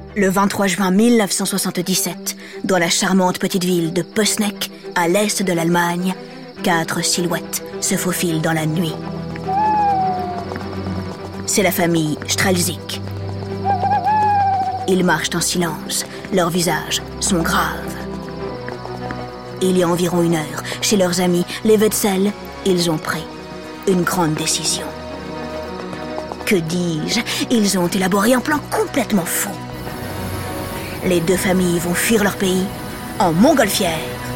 Le 23 juin 1977, dans la charmante petite ville de Pößneck, à l'est de l'Allemagne, 4 silhouettes se faufilent dans la nuit. C'est la famille Strelzik. Ils marchent en silence, leurs visages sont graves. Il y a environ 1 heure, chez leurs amis, les Wetzel, ils ont pris une grande décision. Que dis-je, ils ont élaboré un plan complètement fou. Les 2 familles vont fuir leur pays en montgolfière.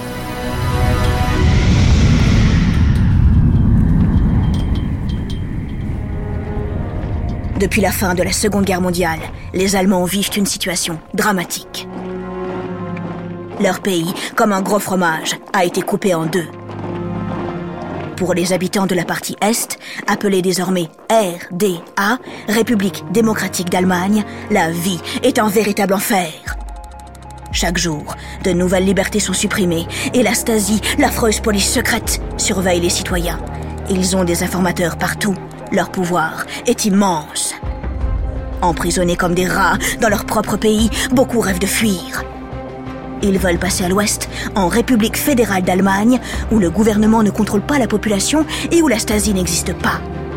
Depuis la fin de la Seconde Guerre mondiale, les Allemands vivent une situation dramatique. Leur pays, comme un gros fromage, a été coupé en 2. Pour les habitants de la partie Est, appelée désormais RDA, République démocratique d'Allemagne, la vie est un véritable enfer. Chaque jour, de nouvelles libertés sont supprimées et la Stasi, l'affreuse police secrète, surveille les citoyens. Ils ont des informateurs partout. Leur pouvoir est immense. Emprisonnés comme des rats dans leur propre pays, beaucoup rêvent de fuir. Ils veulent passer à l'ouest, en République fédérale d'Allemagne, où le gouvernement ne contrôle pas la population et où la Stasi n'existe pas.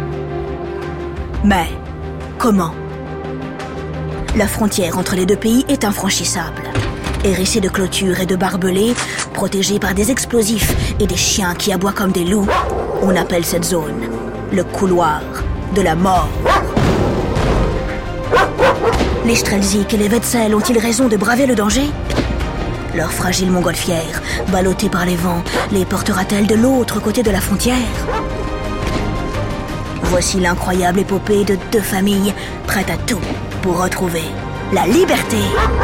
Mais comment ? La frontière entre les 2 pays est infranchissable. Hérissée de clôtures et de barbelés, protégée par des explosifs et des chiens qui aboient comme des loups, on appelle cette zone le couloir de la mort. Les Strelzik et les Wetzel ont-ils raison de braver le danger ? Leur fragile montgolfière, ballottée par les vents, les portera-t-elle de l'autre côté de la frontière ? Voici l'incroyable épopée de 2 familles prêtes à tout pour retrouver la liberté.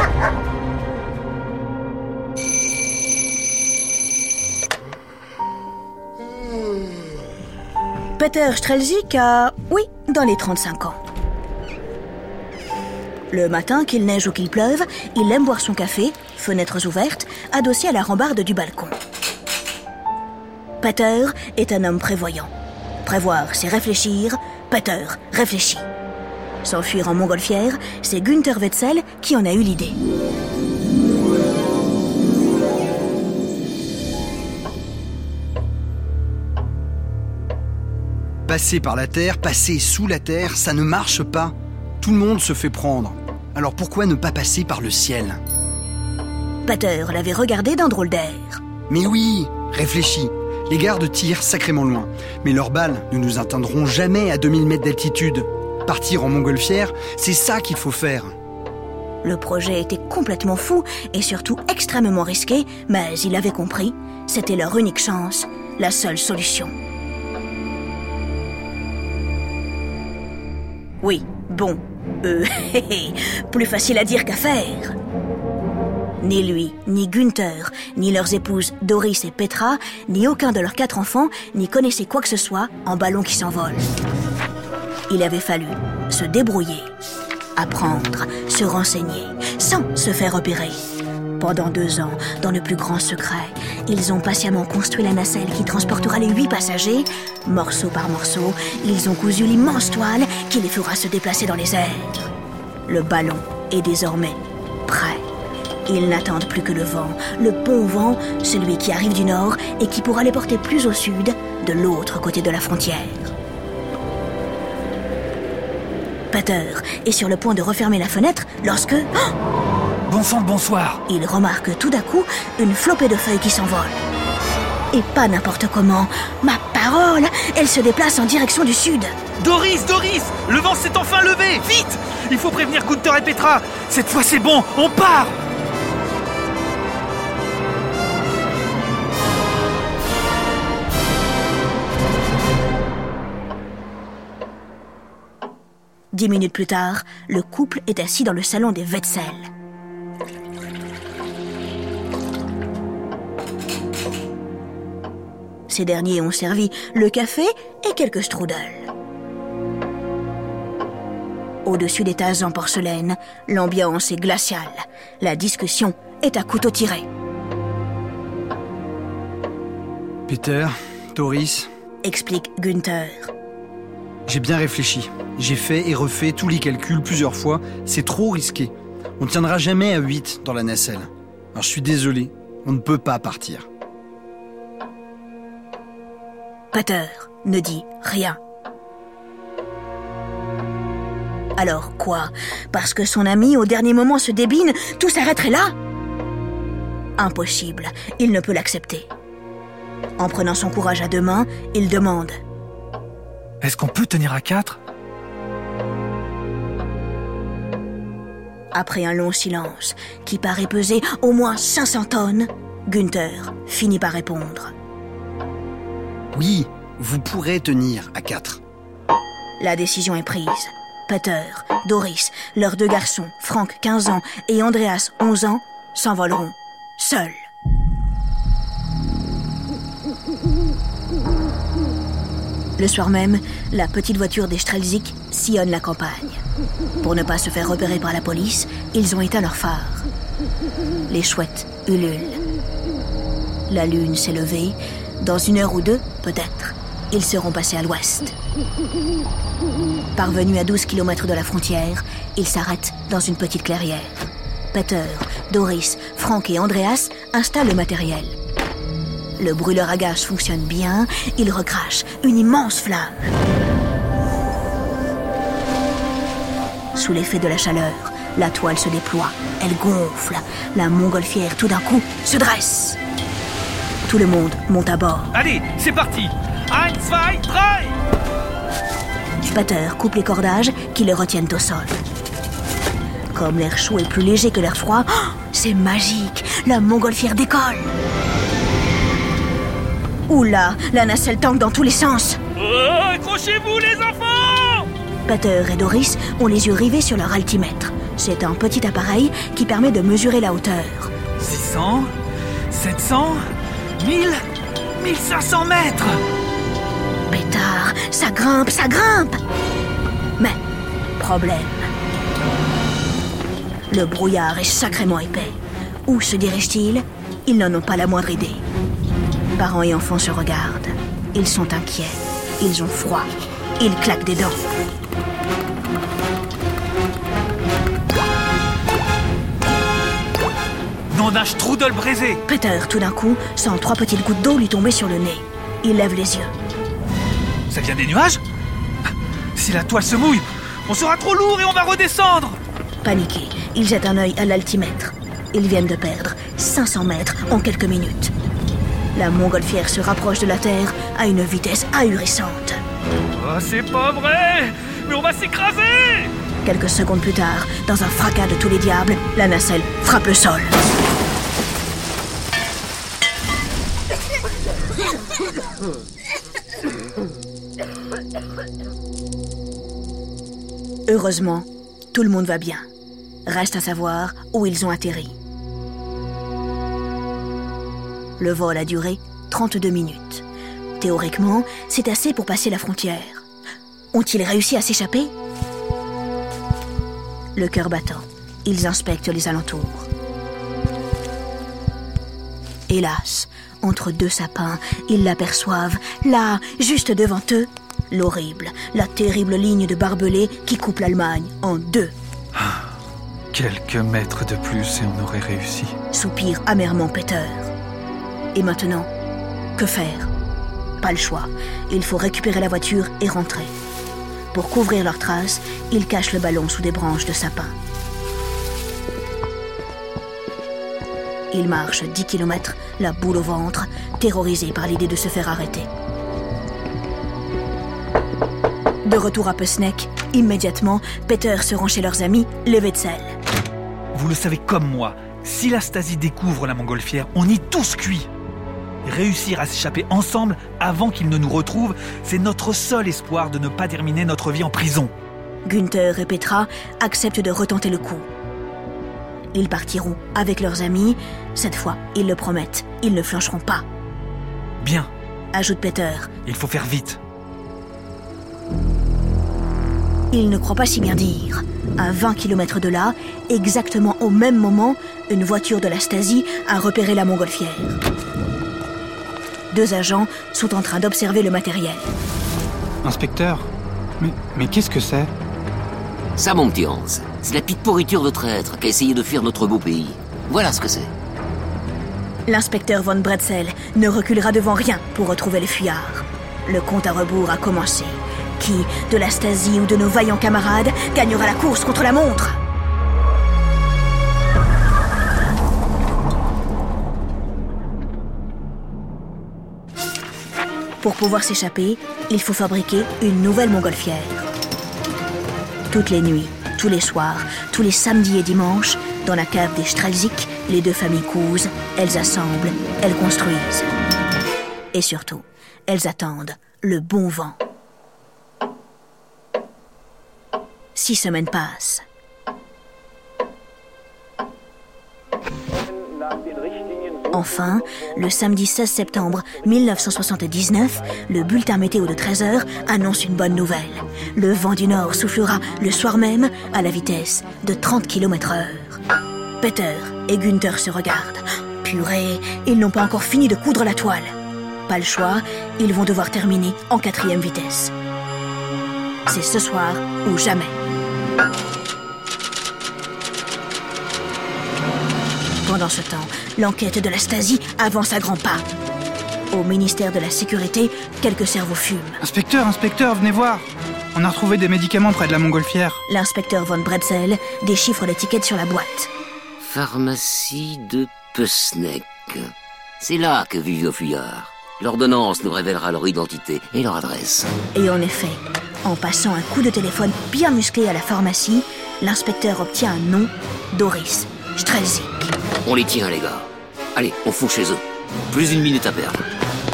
Peter Strelzik a, dans les 35 ans. Le matin, qu'il neige ou qu'il pleuve, il aime boire son café, fenêtres ouvertes, adossé à la rambarde du balcon. Peter est un homme prévoyant. Prévoir, c'est réfléchir. Peter réfléchit. S'enfuir en montgolfière, c'est Günther Wetzel qui en a eu l'idée. Passer par la terre, passer sous la terre, ça ne marche pas. Tout le monde se fait prendre. Alors pourquoi ne pas passer par le ciel ? Peter l'avait regardé d'un drôle d'air. Mais oui, réfléchis. Les gardes tirent sacrément loin. Mais leurs balles ne nous atteindront jamais à 2000 mètres d'altitude. Partir en montgolfière, c'est ça qu'il faut faire. Le projet était complètement fou et surtout extrêmement risqué, mais il avait compris. C'était leur unique chance, la seule solution. Oui, bon, plus facile à dire qu'à faire. Ni lui, ni Günther, ni leurs épouses Doris et Petra, ni aucun de leurs 4 enfants, n'y connaissaient quoi que ce soit en ballon qui s'envole. Il avait fallu se débrouiller, apprendre, se renseigner, sans se faire repérer. Pendant 2 ans, dans le plus grand secret, ils ont patiemment construit la nacelle qui transportera les 8 passagers. Morceau par morceau, ils ont cousu l'immense toile qui les fera se déplacer dans les airs. Le ballon est désormais prêt. Ils n'attendent plus que le vent, le bon vent, celui qui arrive du nord et qui pourra les porter plus au sud, de l'autre côté de la frontière. Peter est sur le point de refermer la fenêtre lorsque... Bon sang de bonsoir. Il remarque tout d'un coup une flopée de feuilles qui s'envolent. Et pas n'importe comment. Ma parole, elle se déplace en direction du sud. Doris, le vent s'est enfin levé. Vite, il faut prévenir Günther et Petra. Cette fois c'est bon, on part. Dix minutes plus tard, le couple est assis dans le salon des Wetzel. Ces derniers ont servi le café et quelques strudels. Au-dessus des tasses en porcelaine, l'ambiance est glaciale. La discussion est à couteau tiré. Peter, Doris, explique Günther. J'ai bien réfléchi. J'ai fait et refait tous les calculs plusieurs fois. C'est trop risqué. On tiendra jamais à 8 dans la nacelle. Alors je suis désolé, on ne peut pas partir. Peter ne dit rien. Alors quoi? Parce que son ami au dernier moment se débine, tout s'arrêterait là? Impossible, il ne peut l'accepter. En prenant son courage à deux mains, il demande: Est-ce qu'on peut tenir à 4? Après un long silence, qui paraît peser au moins 500 tonnes, Günther finit par répondre. Oui, vous pourrez tenir à 4. La décision est prise. Peter, Doris, leurs 2 garçons, Frank, 15 ans, et Andreas, 11 ans, s'envoleront, seuls. Le soir même, la petite voiture des Strelzik sillonne la campagne. Pour ne pas se faire repérer par la police, ils ont éteint leur phare. Les chouettes ululent. La lune s'est levée. Dans 1 heure ou 2, peut-être, ils seront passés à l'ouest. Parvenus à 12 km de la frontière, ils s'arrêtent dans une petite clairière. Peter, Doris, Frank et Andreas installent le matériel. Le brûleur à gaz fonctionne bien, il recrache une immense flamme. Sous l'effet de la chaleur, la toile se déploie, elle gonfle. La montgolfière, tout d'un coup, se dresse. Tout le monde monte à bord. Allez, c'est parti! 1, 2, 3! Peter coupe les cordages qui le retiennent au sol. Comme l'air chaud est plus léger que l'air froid, c'est magique, la montgolfière décolle. Oula, la nacelle tangue dans tous les sens. Accrochez-vous les enfants! Peter et Doris ont les yeux rivés sur leur altimètre. C'est un petit appareil qui permet de mesurer la hauteur. 600, 700, 1000, 1500 mètres! Pétard, ça grimpe, ça grimpe! Mais, problème. Le brouillard est sacrément épais. Où se dirigent-ils? Ils n'en ont pas la moindre idée. Parents et enfants se regardent. Ils sont inquiets. Ils ont froid. Ils claquent des dents. Nom d'un strudel braisé! Peter, tout d'un coup, sent 3 petites gouttes d'eau lui tomber sur le nez. Il lève les yeux. Ça vient des nuages? Si la toile se mouille, on sera trop lourd et on va redescendre! Paniqués, ils jettent un œil à l'altimètre. Ils viennent de perdre 500 mètres en quelques minutes. La montgolfière se rapproche de la Terre à une vitesse ahurissante. Oh, c'est pas vrai! Mais on va s'écraser! Quelques secondes plus tard, dans un fracas de tous les diables, la nacelle frappe le sol. Heureusement, tout le monde va bien. Reste à savoir où ils ont atterri. Le vol a duré 32 minutes. Théoriquement, c'est assez pour passer la frontière. Ont-ils réussi à s'échapper? Le cœur battant, ils inspectent les alentours. Hélas, entre 2 sapins, ils l'aperçoivent, là, juste devant eux, l'horrible, la terrible ligne de barbelés qui coupe l'Allemagne en 2. Quelques mètres de plus et on aurait réussi. Soupire amèrement Peter. Et maintenant, que faire? Pas le choix. Il faut récupérer la voiture et rentrer. Pour couvrir leurs traces, ils cachent le ballon sous des branches de sapin. Ils marchent 10 km, la boule au ventre, terrorisés par l'idée de se faire arrêter. De retour à Pößneck, immédiatement, Peter se rend chez leurs amis, les Wetzel. Vous le savez comme moi, si la Stasi découvre la montgolfière, on y tous cuit. Réussir à s'échapper ensemble avant qu'ils ne nous retrouvent, c'est notre seul espoir de ne pas terminer notre vie en prison. Günther et Petra acceptent de retenter le coup. Ils partiront avec leurs amis. Cette fois, ils le promettent, ils ne flancheront pas. Bien, Ajoute Peter. il faut faire vite. Il ne croit pas si bien dire. À 20 km de là, exactement au même moment, une voiture de la Stasi a repéré la montgolfière. 2 agents sont en train d'observer le matériel. Inspecteur, mais qu'est-ce que c'est? Ça, mon petit Hans, c'est la petite pourriture de traître qui a essayé de fuir notre beau pays. Voilà ce que c'est. L'inspecteur von Bretzel ne reculera devant rien pour retrouver les fuyards. Le compte à rebours a commencé. Qui, de la Stasi ou de nos vaillants camarades, gagnera la course contre la montre ? Pour pouvoir s'échapper, il faut fabriquer une nouvelle montgolfière. Toutes les nuits, tous les soirs, tous les samedis et dimanches, dans la cave des Strelzik, les deux familles cousent, elles assemblent, elles construisent. Et surtout, elles attendent le bon vent. 6 semaines passent. Enfin, le samedi 16 septembre 1979, le bulletin météo de 13h annonce une bonne nouvelle. Le vent du nord soufflera le soir même à la vitesse de 30 km/h. Peter et Günther se regardent. Purée, ils n'ont pas encore fini de coudre la toile. Pas le choix, ils vont devoir terminer en 4e vitesse. C'est ce soir ou jamais. Pendant ce temps, l'enquête de la Stasi avance à grands pas. Au ministère de la Sécurité, quelques cerveaux fument. Inspecteur, venez voir. On a retrouvé des médicaments près de la montgolfière. L'inspecteur von Bretzel déchiffre l'étiquette sur la boîte. Pharmacie de Pößneck. C'est là que vivent nos fuyards. L'ordonnance nous révélera leur identité et leur adresse. Et en effet, en passant un coup de téléphone bien musclé à la pharmacie, l'inspecteur obtient un nom, Doris Strelzik. On les tient, les gars. Allez, on fout chez eux. Plus d'1 minute à perdre.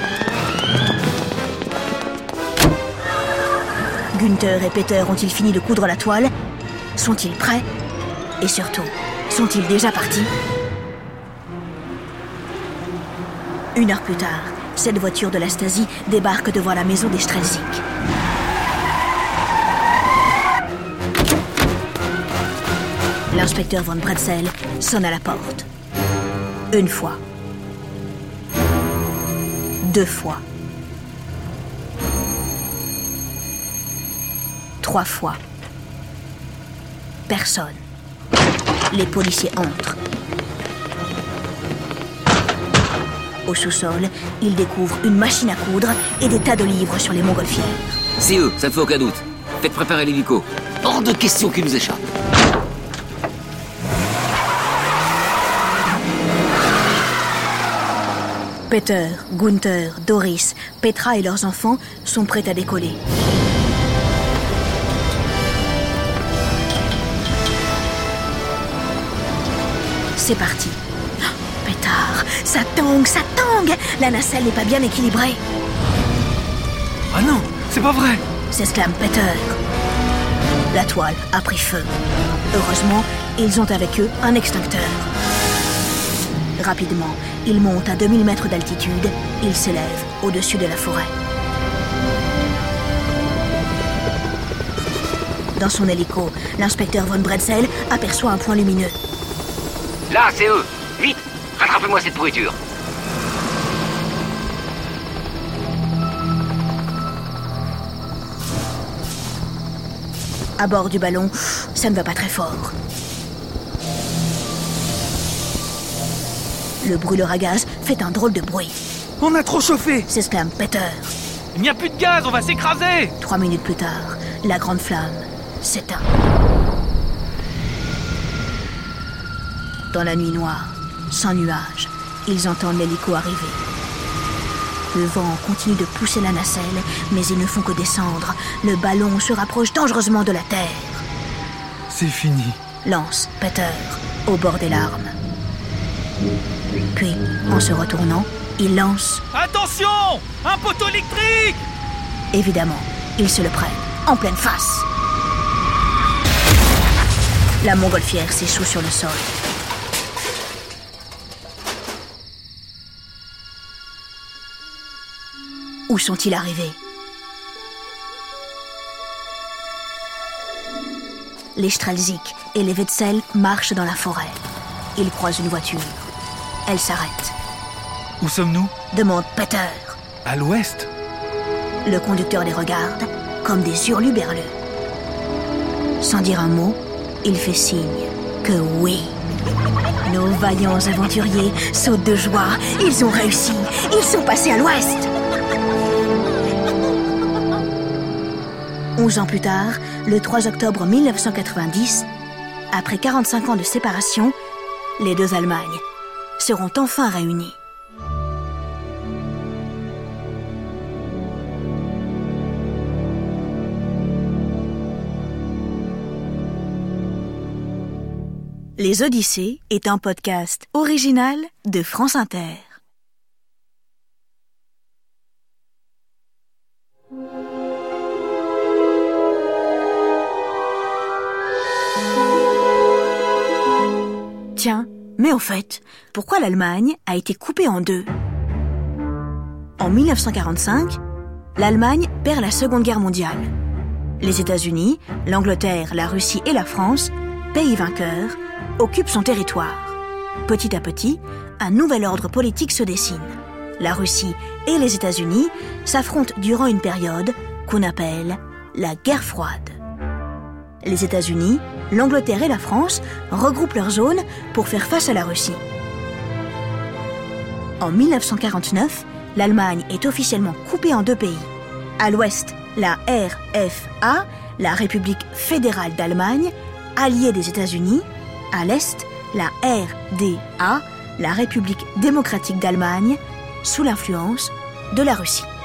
Günther et Peter ont-ils fini de coudre la toile ? Sont-ils prêts ? Et surtout, sont-ils déjà partis ? 1 heure plus tard, cette voiture de la Stasi débarque devant la maison des Strelzik. L'inspecteur von Bretzel sonne à la porte. 1 fois. 2 fois. 3 fois. Personne. Les policiers entrent. Au sous-sol, ils découvrent une machine à coudre et des tas de livres sur les montgolfières. C'est eux, ça ne fait aucun doute. Faites préparer l'hélico. Hors de question qu'ils nous échappent. Peter, Günther, Doris, Petra et leurs enfants sont prêts à décoller. C'est parti. Oh, pétard, ça tangue. La nacelle n'est pas bien équilibrée. Ah non, c'est pas vrai. S'exclame Peter. La toile a pris feu. Heureusement, ils ont avec eux un extincteur. Rapidement, ils montent à 2000 mètres d'altitude. Ils s'élèvent au-dessus de la forêt. Dans son hélico, l'inspecteur von Bretzel aperçoit un point lumineux. Là, c'est eux. Vite, rattrapez-moi cette pourriture. À bord du ballon, ça ne va pas très fort. Le brûleur à gaz fait un drôle de bruit. On a trop chauffé. S'exclame Peter. Il n'y a plus de gaz, on va s'écraser. 3 minutes plus tard, la grande flamme s'éteint. Dans la nuit noire, sans nuages, ils entendent l'hélico arriver. Le vent continue de pousser la nacelle, mais ils ne font que descendre. Le ballon se rapproche dangereusement de la terre. C'est fini. Lance Peter, au bord des larmes. Puis, en se retournant, il lance... Attention! Un poteau électrique! Évidemment, ils se le prennent en pleine face. La montgolfière s'échoue sur le sol. Où sont-ils arrivés? Les Strelzik et les Wetzel marchent dans la forêt. Ils croisent une voiture. Elle s'arrête. Où sommes-nous? Demande Peter. À l'ouest? Le conducteur les regarde comme des hurluberlus. Sans dire un mot, il fait signe que oui. Nos vaillants aventuriers sautent de joie. Ils ont réussi. Ils sont passés à l'ouest. 11 ans plus tard, le 3 octobre 1990, après 45 ans de séparation, les deux Allemagnes seront enfin réunies. Les Odyssées est un podcast original de France Inter. Tiens, mais au fait, pourquoi l'Allemagne a été coupée en deux ? En 1945, l'Allemagne perd la Seconde Guerre mondiale. Les États-Unis, l'Angleterre, la Russie et la France, pays vainqueurs, occupent son territoire. Petit à petit, un nouvel ordre politique se dessine. La Russie et les États-Unis s'affrontent durant une période qu'on appelle la guerre froide. Les États-Unis, l'Angleterre et la France regroupent leurs zones pour faire face à la Russie. En 1949, l'Allemagne est officiellement coupée en deux pays. À l'ouest, la RFA, la République fédérale d'Allemagne, alliée des États-Unis. À l'est, la RDA, la République démocratique d'Allemagne, sous l'influence de la Russie.